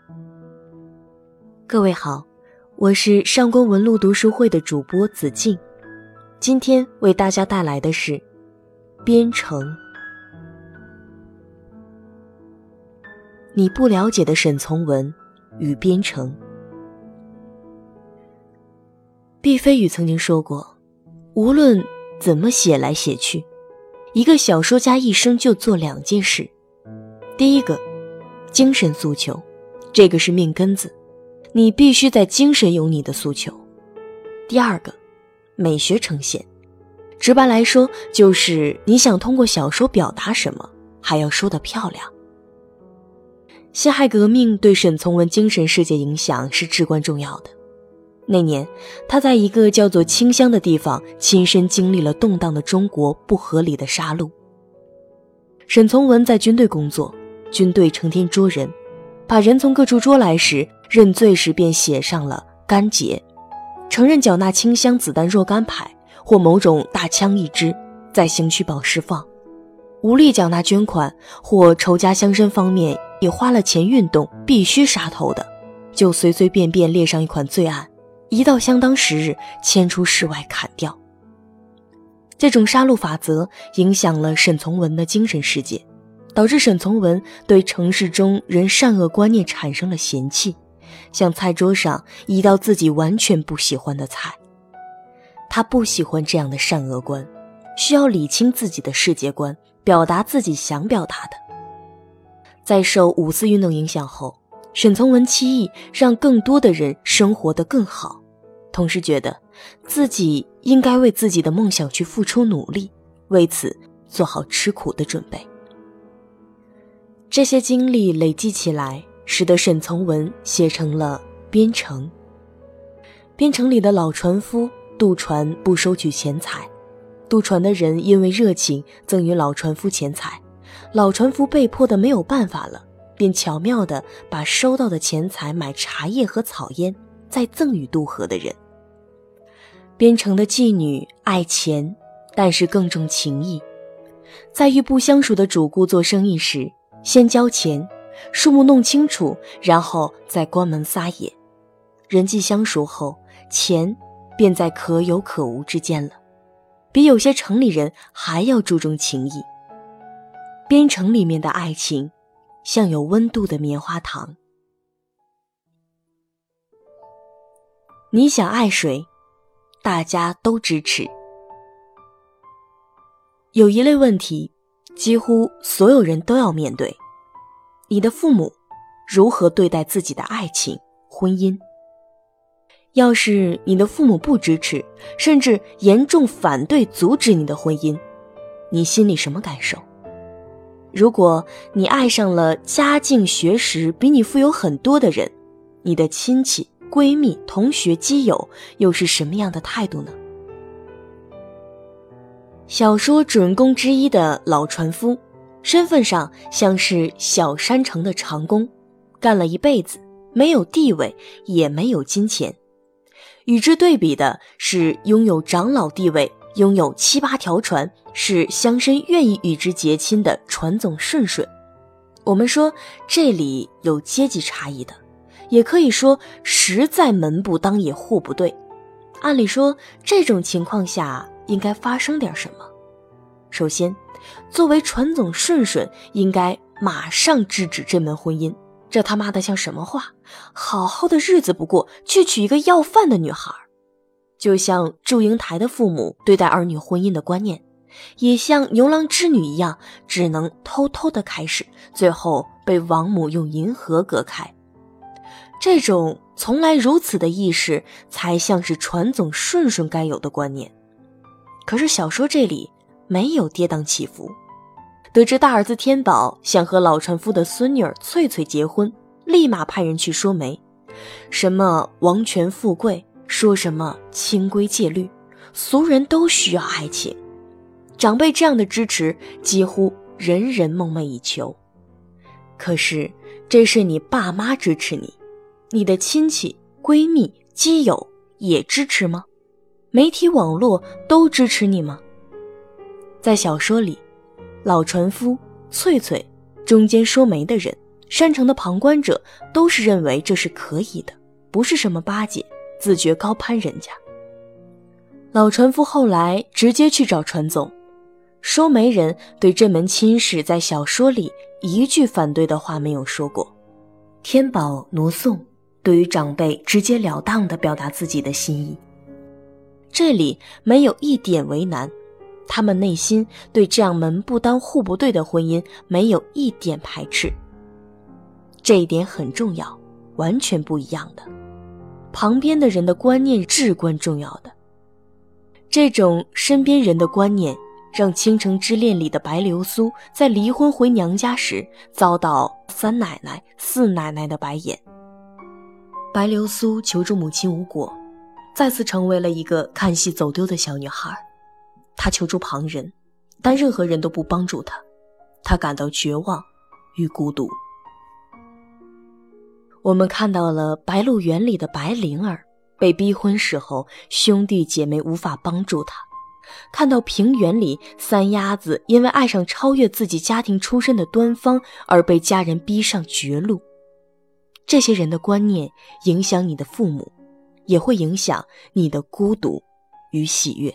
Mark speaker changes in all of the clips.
Speaker 1: 各位好，我是上官文录读书会的主播子静，今天为大家带来的是边城。你不了解的沈从文与边城。毕飞宇曾经说过，无论怎么写来写去，一个小说家一生就做2件事。第一个，精神诉求，这个是命根子，你必须在精神有你的诉求。第二个，美学呈现，直白来说，就是你想通过小说表达什么，还要说得漂亮。辛亥革命对沈从文精神世界影响是至关重要的。那年，他在一个叫做清乡的地方，亲身经历了动荡的中国不合理的杀戮。沈从文在军队工作，军队成天捉人，把人从各处捉来时，认罪时便写上了干结，承认缴纳清乡子弹若干排或某种大枪一支，在刑区保释放。无力缴纳捐款或仇家乡绅方面也花了钱运动必须杀头的，就随随便便列上一款罪案，一到相当时日牵出室外砍掉。这种杀戮法则影响了沈从文的精神世界，导致沈从文对城市中人善恶观念产生了嫌弃，向菜桌上移到自己完全不喜欢的菜。他不喜欢这样的善恶观，需要理清自己的世界观，表达自己想表达的。在受5四运动影响后，沈从文期意让更多的人生活得更好，同时觉得自己应该为自己的梦想去付出努力，为此做好吃苦的准备。这些经历累积起来，使得沈从文写成了边城。边城里的老船夫渡船不收取钱财，渡船的人因为热情赠予老船夫钱财，老船夫被迫的没有办法了，便巧妙地把收到的钱财买茶叶和草烟，再赠予渡河的人。边城的妓女爱钱，但是更重情义。在与不相熟的主顾做生意时，先交钱，数目弄清楚，然后再关门撒野。人际相熟后，钱便在可有可无之间了，比有些城里人还要注重情义。边城里面的爱情像有温度的棉花糖。你想爱谁，大家都支持。有一类问题，几乎所有人都要面对：你的父母如何对待自己的爱情、婚姻？要是你的父母不支持，甚至严重反对阻止你的婚姻，你心里什么感受？如果你爱上了家境学识比你富有很多的人，你的亲戚、闺蜜、同学、基友又是什么样的态度呢？小说主人公之一的老船夫，身份上像是小山城的长工，干了一辈子，没有地位，也没有金钱。与之对比的是拥有长老地位，拥有7、8条船，是乡绅愿意与之结亲的船总顺顺。我们说这里有阶级差异的，也可以说实在门不当也户不对。按理说这种情况下应该发生点什么。首先，作为船总顺顺应该马上制止这门婚姻，这他妈的像什么话？好好的日子不过，去娶一个要饭的女孩。就像祝英台的父母对待儿女婚姻的观念，也像牛郎织女一样，只能偷偷的开始，最后被王母用银河隔开。这种从来如此的意识，才像是船总顺顺该有的观念。可是小说这里没有跌宕起伏。得知大儿子天宝想和老船夫的孙女儿翠翠结婚，立马派人去说媒，什么王权富贵，说什么清规戒律，俗人都需要爱情。长辈这样的支持，几乎人人梦寐以求。可是这是你爸妈支持你，你的亲戚、闺蜜、基友也支持吗？媒体网络都支持你吗？在小说里，老船夫、翠翠中间说媒的人山城的旁观者都是认为这是可以的，不是什么巴结，自觉高攀人家。老船夫后来直接去找船总，说媒人对这门亲事在小说里一句反对的话没有说过。天宝、奴宋对于长辈直截了当地表达自己的心意，这里没有一点为难，他们内心对这样门不当户不对的婚姻没有一点排斥。这一点很重要，完全不一样的。旁边的人的观念至关重要的。这种身边人的观念让《倾城之恋》里的白流苏在离婚回娘家时遭到三奶奶、四奶奶的白眼。白流苏求助母亲无果，再次成为了一个看戏走丢的小女孩。她求助旁人，但任何人都不帮助她，她感到绝望与孤独。我们看到了白鹿原里的白灵儿被逼婚时候兄弟姐妹无法帮助她，看到平原里三鸭子因为爱上超越自己家庭出身的端方而被家人逼上绝路。这些人的观念影响你的父母，也会影响你的孤独与喜悦。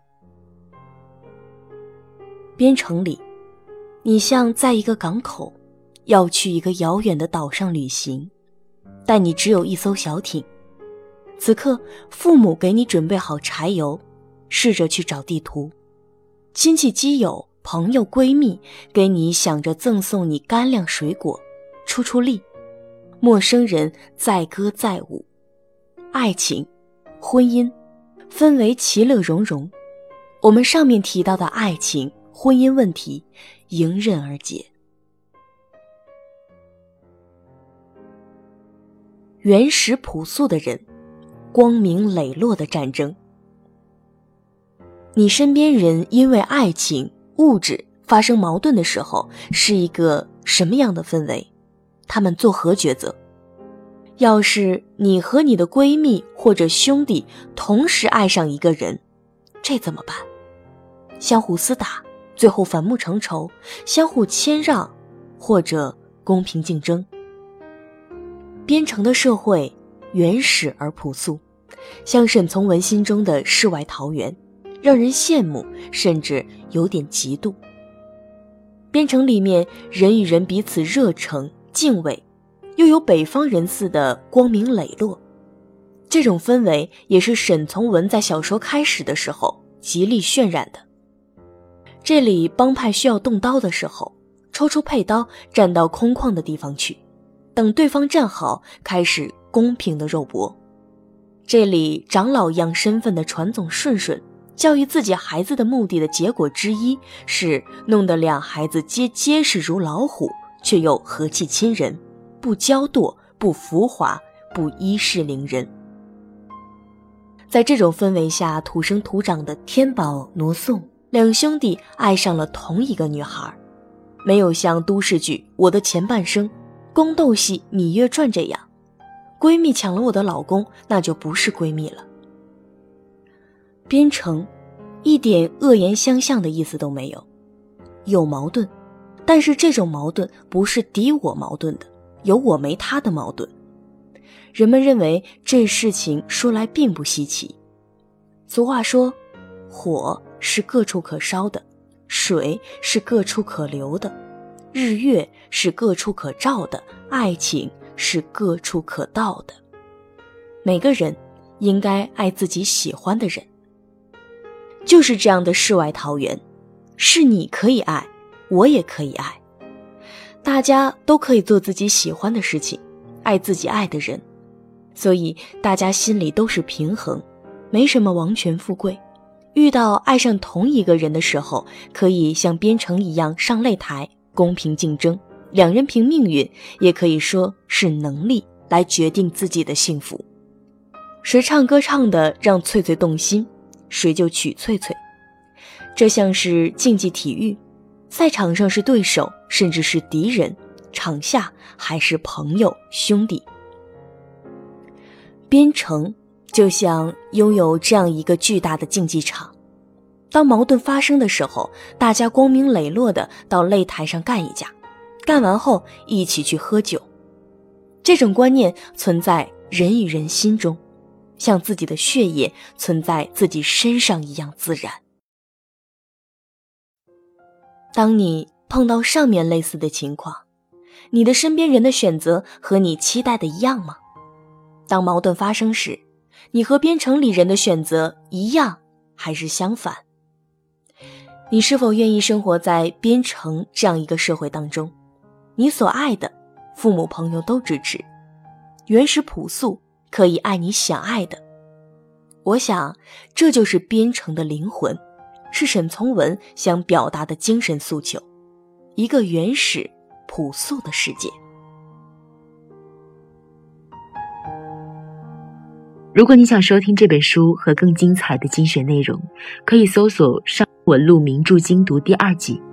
Speaker 1: 边城里，你像在一个港口，要去一个遥远的岛上旅行，但你只有一艘小艇。此刻父母给你准备好柴油，试着去找地图。亲戚基友、朋友闺蜜给你想着赠送你干粮水果，出力。陌生人载歌载舞，爱情、婚姻分为其乐融融。我们上面提到的爱情、婚姻问题迎刃而解。原始朴素的人，光明磊落的战争。你身边人因为爱情、物质发生矛盾的时候，是一个什么样的氛围？他们作何抉择？要是你和你的闺蜜或者兄弟同时爱上一个人，这怎么办？相互厮打，最后反目成仇，相互谦让，或者公平竞争。边城的社会原始而朴素，像沈从文心中的世外桃源，让人羡慕，甚至有点嫉妒。边城里面人与人彼此热诚敬畏，又有北方人似的光明磊落。这种氛围也是沈从文在小说开始的时候极力渲染的。这里帮派需要动刀的时候，抽出佩刀站到空旷的地方去，等对方站好，开始公平的肉搏。这里长老一样身份的传总顺顺教育自己孩子的目的的结果之一是弄得两孩子皆结实如老虎，却又和气亲人，不骄惰，不浮华，不依势凌人。在这种氛围下土生土长的天宝、奴宋两兄弟爱上了同一个女孩，没有像都市剧《我的前半生》、宫斗戏《芈月传》这样，闺蜜抢了我的老公，那就不是闺蜜了。边城一点恶言相向的意思都没有，有矛盾，但是这种矛盾不是敌我矛盾的，有我没他的矛盾。人们认为这事情说来并不稀奇。俗话说，火是各处可烧的，水是各处可流的，日月是各处可照的，爱情是各处可到的。每个人应该爱自己喜欢的人。就是这样的世外桃源，是你可以爱，我也可以爱，大家都可以做自己喜欢的事情，爱自己爱的人，所以大家心里都是平衡，没什么王权富贵。遇到爱上同一个人的时候，可以像边城一样上擂台，公平竞争，两人凭命运，也可以说是能力来决定自己的幸福。谁唱歌唱的让翠翠动心，谁就娶翠翠。这像是竞技体育，赛场上是对手，甚至是敌人，场下还是朋友兄弟。边城就像拥有这样一个巨大的竞技场，当矛盾发生的时候，大家光明磊落地到擂台上干一架， 干完后一起去喝酒。这种观念存在人与人心中，像自己的血液存在自己身上一样自然。当你碰到上面类似的情况，你的身边人的选择和你期待的一样吗？当矛盾发生时，你和边城里人的选择一样还是相反？你是否愿意生活在边城这样一个社会当中？你所爱的，父母朋友都支持，原始朴素，可以爱你想爱的。我想，这就是边城的灵魂，是沈从文想表达的精神诉求，一个原始朴素的世界。
Speaker 2: 如果你想收听这本书和更精彩的精选内容，可以搜索《上文录名著精读》第2季。